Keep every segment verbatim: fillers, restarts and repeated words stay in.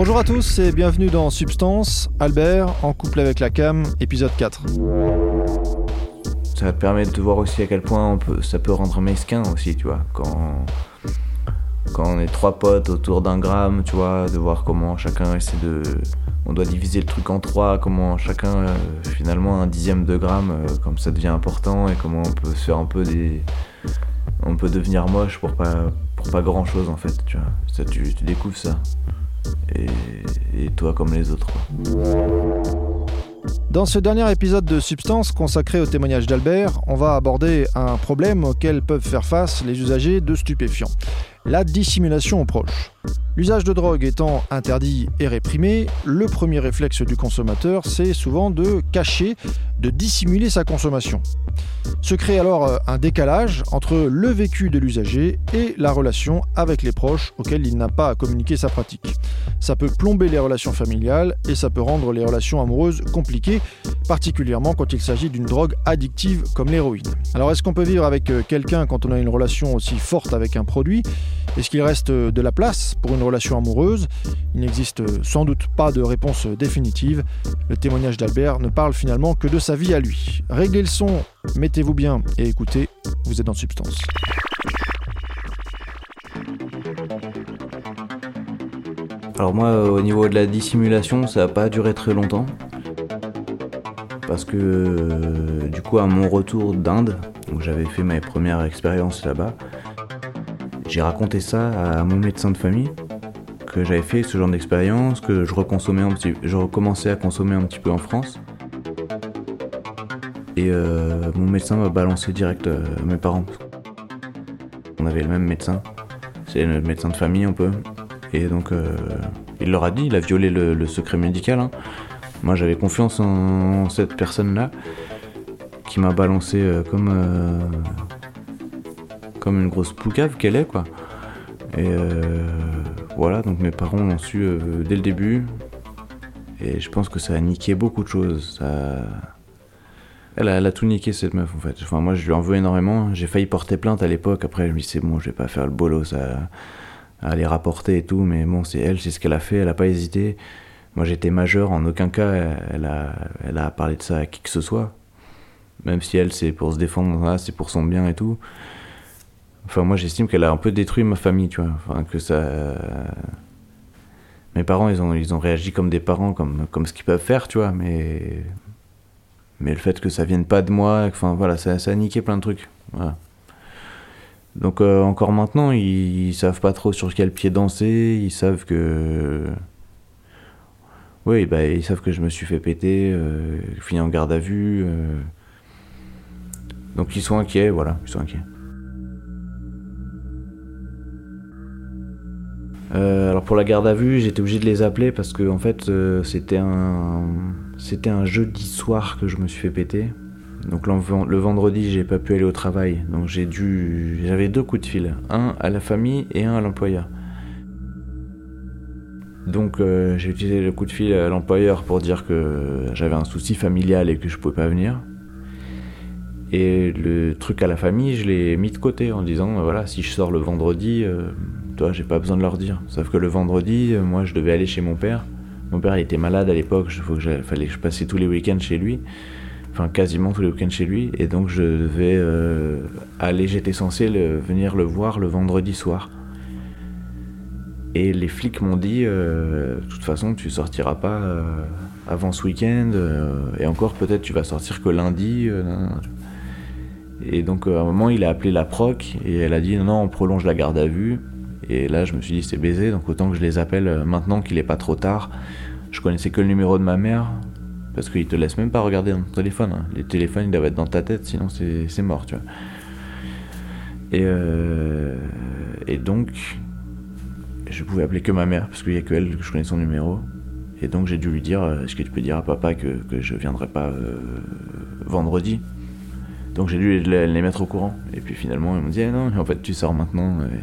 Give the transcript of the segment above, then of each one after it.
Bonjour à tous et bienvenue dans Substance, Albert, en couple avec la cam, épisode quatre. Ça permet de voir aussi à quel point on peut, ça peut rendre mesquin aussi, tu vois, quand, quand on est trois potes autour d'un gramme, tu vois, de voir comment chacun essaie de... On doit diviser le truc en trois, comment chacun, euh, finalement, un dixième de gramme, euh, comme ça devient important, et comment on peut se faire un peu des... On peut devenir moche pour pas, pour pas grand chose, en fait, tu vois. Ça, tu, tu découvres ça. Et, et toi comme les autres, quoi. Dans ce dernier épisode de Substance consacré au témoignage d'Albert, on va aborder un problème auquel peuvent faire face les usagers de stupéfiants. La dissimulation aux proches. L'usage de drogue étant interdit et réprimé, le premier réflexe du consommateur, c'est souvent de cacher, de dissimuler sa consommation. Se crée alors un décalage entre le vécu de l'usager et la relation avec les proches auxquels il n'a pas à communiquer sa pratique. Ça peut plomber les relations familiales et ça peut rendre les relations amoureuses compliquées, particulièrement quand il s'agit d'une drogue addictive comme l'héroïne. Alors est-ce qu'on peut vivre avec quelqu'un quand on a une relation aussi forte avec un produit ? Est-ce qu'il reste de la place pour une relation amoureuse ? Il n'existe sans doute pas de réponse définitive. Le témoignage d'Albert ne parle finalement que de sa vie à lui. Réglez le son, mettez-vous bien et écoutez, vous êtes dans Substance. Alors moi, au niveau de la dissimulation, ça n'a pas duré très longtemps. Parce que, euh, du coup, à mon retour d'Inde, où j'avais fait mes premières expériences là-bas, j'ai raconté ça à mon médecin de famille, que j'avais fait ce genre d'expérience, que je reconsommais un petit, je recommençais à consommer un petit peu en France. Et euh, mon médecin m'a balancé direct euh, mes parents. On avait le même médecin, c'est le médecin de famille un peu. Et donc euh, il leur a dit, il a violé le, le secret médical. Hein. Moi j'avais confiance en, en cette personne-là, qui m'a balancé euh, comme... Euh, comme une grosse poucave qu'elle est, quoi. Et euh, voilà, donc mes parents l'ont su euh, dès le début. Et je pense que ça a niqué beaucoup de choses. Ça... Elle, a, elle a tout niqué, cette meuf, en fait. Enfin, moi, je lui en veux énormément. J'ai failli porter plainte à l'époque. Après, je me dis, c'est bon, je vais pas faire le bolos à, à les rapporter et tout. Mais bon, c'est elle, c'est ce qu'elle a fait. Elle a pas hésité. Moi, j'étais majeur. En aucun cas, elle a, elle a parlé de ça à qui que ce soit. Même si elle, c'est pour se défendre, là, c'est pour son bien et tout. Enfin, moi, j'estime qu'elle a un peu détruit ma famille, tu vois. Enfin, que ça... Mes parents, ils ont, ils ont réagi comme des parents, comme, comme ce qu'ils peuvent faire, tu vois, mais... Mais le fait que ça vienne pas de moi, enfin, voilà, ça, ça a niqué plein de trucs, voilà. Donc, euh, encore maintenant, ils, ils savent pas trop sur quel pied danser, ils savent que... Oui, bah, ils savent que je me suis fait péter, euh, fini en garde à vue... Euh... Donc, ils sont inquiets, voilà, ils sont inquiets. Euh, alors pour la garde à vue, j'étais obligé de les appeler parce que en fait euh, c'était un c'était un jeudi soir que je me suis fait péter. Donc le vendredi, j'ai pas pu aller au travail. Donc j'ai dû j'avais deux coups de fil, un à la famille et un à l'employeur. Donc euh, j'ai utilisé le coup de fil à l'employeur pour dire que j'avais un souci familial et que je pouvais pas venir. Et le truc à la famille, je l'ai mis de côté en disant voilà, si je sors le vendredi, euh, toi, j'ai pas besoin de leur dire. Sauf que le vendredi, euh, moi, je devais aller chez mon père. Mon père, il était malade à l'époque, il fallait que je passe tous les week-ends chez lui. Enfin, quasiment tous les week-ends chez lui. Et donc, je devais euh, aller, j'étais censé le, venir le voir le vendredi soir. Et les flics m'ont dit, euh, de toute façon, tu sortiras pas euh, avant ce week-end. Euh, et encore, peut-être, tu vas sortir que lundi. Euh, non, non. Et donc, à un moment, il a appelé la proc et elle a dit, non, non, on prolonge la garde à vue. Et là, je me suis dit, c'est baisé, donc autant que je les appelle maintenant qu'il est pas trop tard. Je connaissais que le numéro de ma mère, parce qu'ils te laissent même pas regarder dans ton téléphone. Hein. Les téléphones, ils doivent être dans ta tête, sinon c'est, c'est mort, tu vois. Et, euh, et donc, je pouvais appeler que ma mère, parce qu'il y a que elle que je connais son numéro. Et donc, j'ai dû lui dire, est-ce que tu peux dire à papa que, que je viendrai pas euh, vendredi ? Donc j'ai dû les, les mettre au courant. Et puis finalement, ils m'ont dit, eh non, en fait, tu sors maintenant. Et...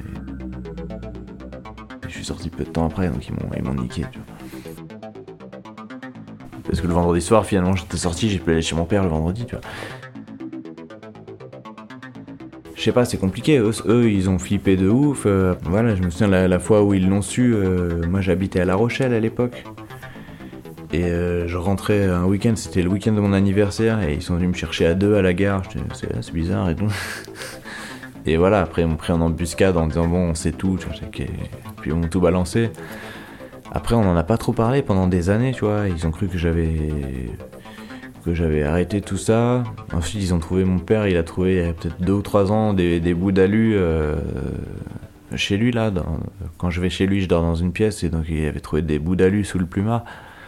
Je suis sorti peu de temps après, donc ils m'ont, ils m'ont niqué, tu vois. Parce que le vendredi soir, finalement, j'étais sorti, j'ai pu aller chez mon père le vendredi, tu vois. je sais pas, c'est compliqué. Eux, eux, ils ont flippé de ouf. Euh, voilà, je me souviens la, la fois où ils l'ont su. Euh, moi, j'habitais à La Rochelle à l'époque. Et euh, je rentrais un week-end, c'était le week-end de mon anniversaire, et ils sont venus me chercher à deux à la gare. Je disais, c'est, c'est bizarre et tout. Et voilà, après, ils m'ont pris en embuscade en disant, bon, on sait tout. Tu vois, et puis, ils m'ont tout balancé. Après, on en a pas trop parlé pendant des années, tu vois. Ils ont cru que j'avais. que j'avais arrêté tout ça. Ensuite, ils ont trouvé mon père, il a trouvé il y a peut-être deux ou trois ans des, des bouts d'alu euh, chez lui, là. Dans, quand je vais chez lui, je dors dans une pièce, et donc il avait trouvé des bouts d'alu sous le plumard.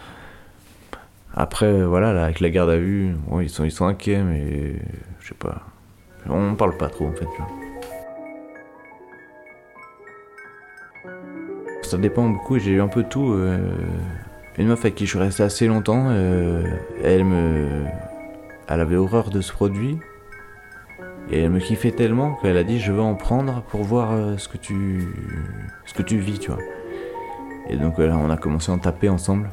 Après, voilà, là, avec la garde à vue, bon, ils, sont, ils sont inquiets, mais je sais pas. On parle pas trop, en fait, tu vois. Ça dépend beaucoup, j'ai eu un peu tout. Euh, une meuf avec qui je suis resté assez longtemps, euh, elle me... Elle avait horreur de ce produit, et elle me kiffait tellement qu'elle a dit je veux en prendre pour voir euh, ce que tu... ce que tu vis, tu vois. Et donc là, on a commencé à en taper ensemble.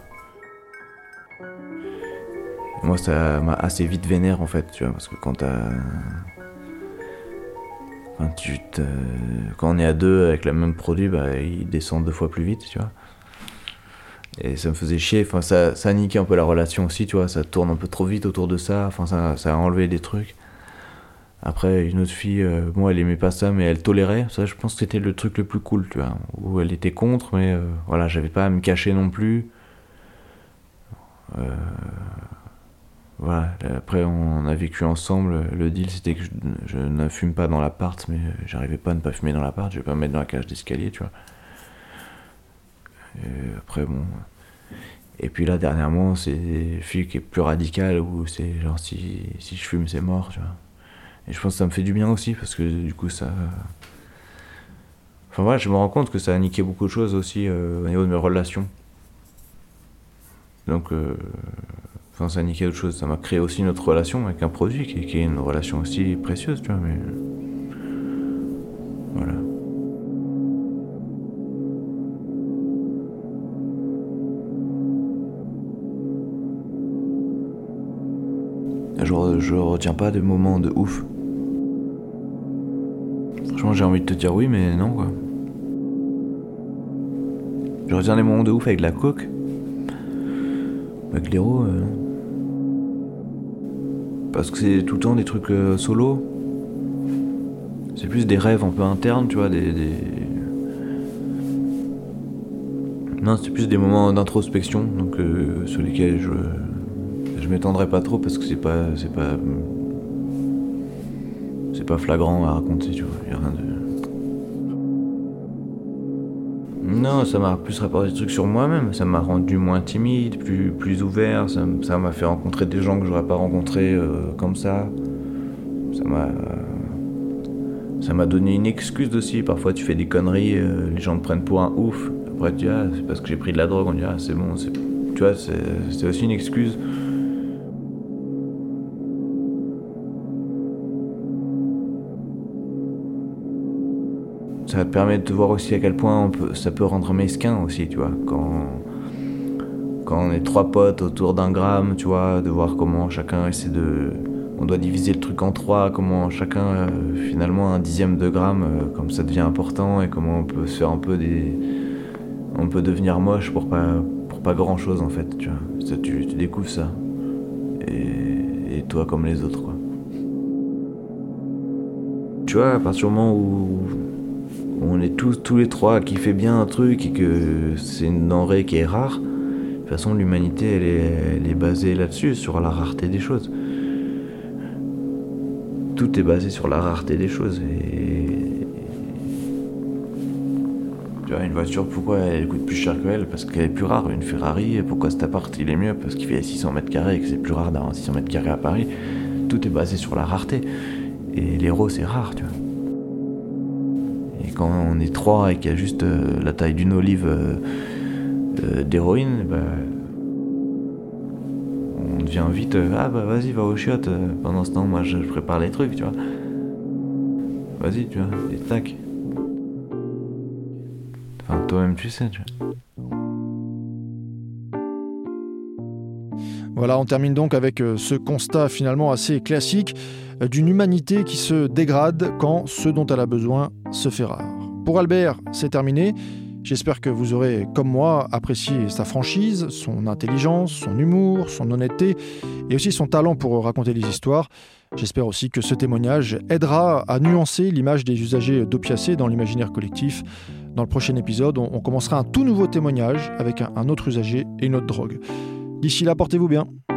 Et moi, ça m'a assez vite vénère, en fait, tu vois, parce que quand t'as... Quand, tu te... quand on est à deux avec le même produit, bah, il descend deux fois plus vite, tu vois. Et ça me faisait chier, enfin, ça, ça a niqué un peu la relation aussi, tu vois, ça tourne un peu trop vite autour de ça, enfin, ça, ça a enlevé des trucs. Après, une autre fille, euh, bon, elle aimait pas ça, mais elle tolérait, ça, je pense que c'était le truc le plus cool, tu vois, où elle était contre, mais euh, voilà, j'avais pas à me cacher non plus. Euh... Voilà, après on a vécu ensemble, le deal c'était que je, je ne fume pas dans l'appart, mais j'arrivais pas à ne pas fumer dans l'appart, je vais pas me mettre dans la cage d'escalier, tu vois. Et après bon... Et puis là dernièrement c'est une fille qui est plus radicale, où c'est genre si, si je fume c'est mort, tu vois. Et je pense que ça me fait du bien aussi, parce que du coup ça... Enfin voilà, je me rends compte que ça a niqué beaucoup de choses aussi euh, au niveau de mes relations. Donc... Euh... Enfin, ça a niqué autre chose, ça m'a créé aussi une autre relation avec un produit qui est, qui est une relation aussi précieuse, tu vois, mais... Voilà. Je, je retiens pas de moments de ouf. Franchement, j'ai envie de te dire oui, mais non, quoi. Je retiens des moments de ouf avec la coke. Avec l'héro, euh... parce que c'est tout le temps des trucs euh, solo. C'est plus des rêves un peu internes, tu vois, des... des... Non, c'est plus des moments d'introspection, donc euh, sur lesquels je... Je m'étendrai pas trop, parce que c'est pas... C'est pas... C'est pas flagrant à raconter, tu vois, y a rien de... Non, ça m'a plus rapporté des trucs sur moi-même, ça m'a rendu moins timide, plus, plus ouvert, ça, ça m'a fait rencontrer des gens que j'aurais pas rencontrés euh, comme ça. Ça m'a... Euh, ça m'a donné une excuse aussi, parfois tu fais des conneries, euh, les gens te prennent pour un ouf, après tu dis ah c'est parce que j'ai pris de la drogue, on dit ah c'est bon, c'est... tu vois, c'est, c'est aussi une excuse. Ça te permet de te voir aussi à quel point on peut, ça peut rendre mesquin aussi, tu vois, quand, quand on est trois potes autour d'un gramme, tu vois, de voir comment chacun essaie de... On doit diviser le truc en trois, comment chacun, euh, finalement, un dixième de gramme, euh, comme ça devient important, et comment on peut se faire un peu des... On peut devenir moche pour pas, pour pas grand chose, en fait, tu vois. Ça, tu, tu découvres ça. Et, et toi comme les autres, quoi. Tu vois, à partir du moment où... on est tous, tous les trois qui fait bien un truc et que c'est une denrée qui est rare, de toute façon l'humanité elle est, elle est basée là-dessus, sur la rareté des choses. Tout est basé sur la rareté des choses. Et... tu vois, une voiture, pourquoi elle coûte plus cher que elle? Parce qu'elle est plus rare. Une Ferrari, pourquoi cet appart il est mieux? Parce qu'il fait six cents mètres carrés et que c'est plus rare d'avoir six cents mètres carrés à Paris. Tout est basé sur la rareté. Et l'héros c'est rare, tu vois. Et quand on est trois et qu'il y a juste euh, la taille d'une olive euh, euh, d'héroïne, bah, on devient vite euh, ah bah vas-y va aux chiottes, euh, pendant ce temps moi je, je prépare les trucs, tu vois. Vas-y, tu vois, et tac. Enfin toi-même tu sais, tu vois. Voilà, on termine donc avec ce constat finalement assez classique d'une humanité qui se dégrade quand ce dont elle a besoin se fait rare. Pour Albert, c'est terminé. J'espère que vous aurez, comme moi, apprécié sa franchise, son intelligence, son humour, son honnêteté et aussi son talent pour raconter les histoires. J'espère aussi que ce témoignage aidera à nuancer l'image des usagers d'opiacés dans l'imaginaire collectif. Dans le prochain épisode, on commencera un tout nouveau témoignage avec un autre usager et une autre drogue. D'ici là, portez-vous bien.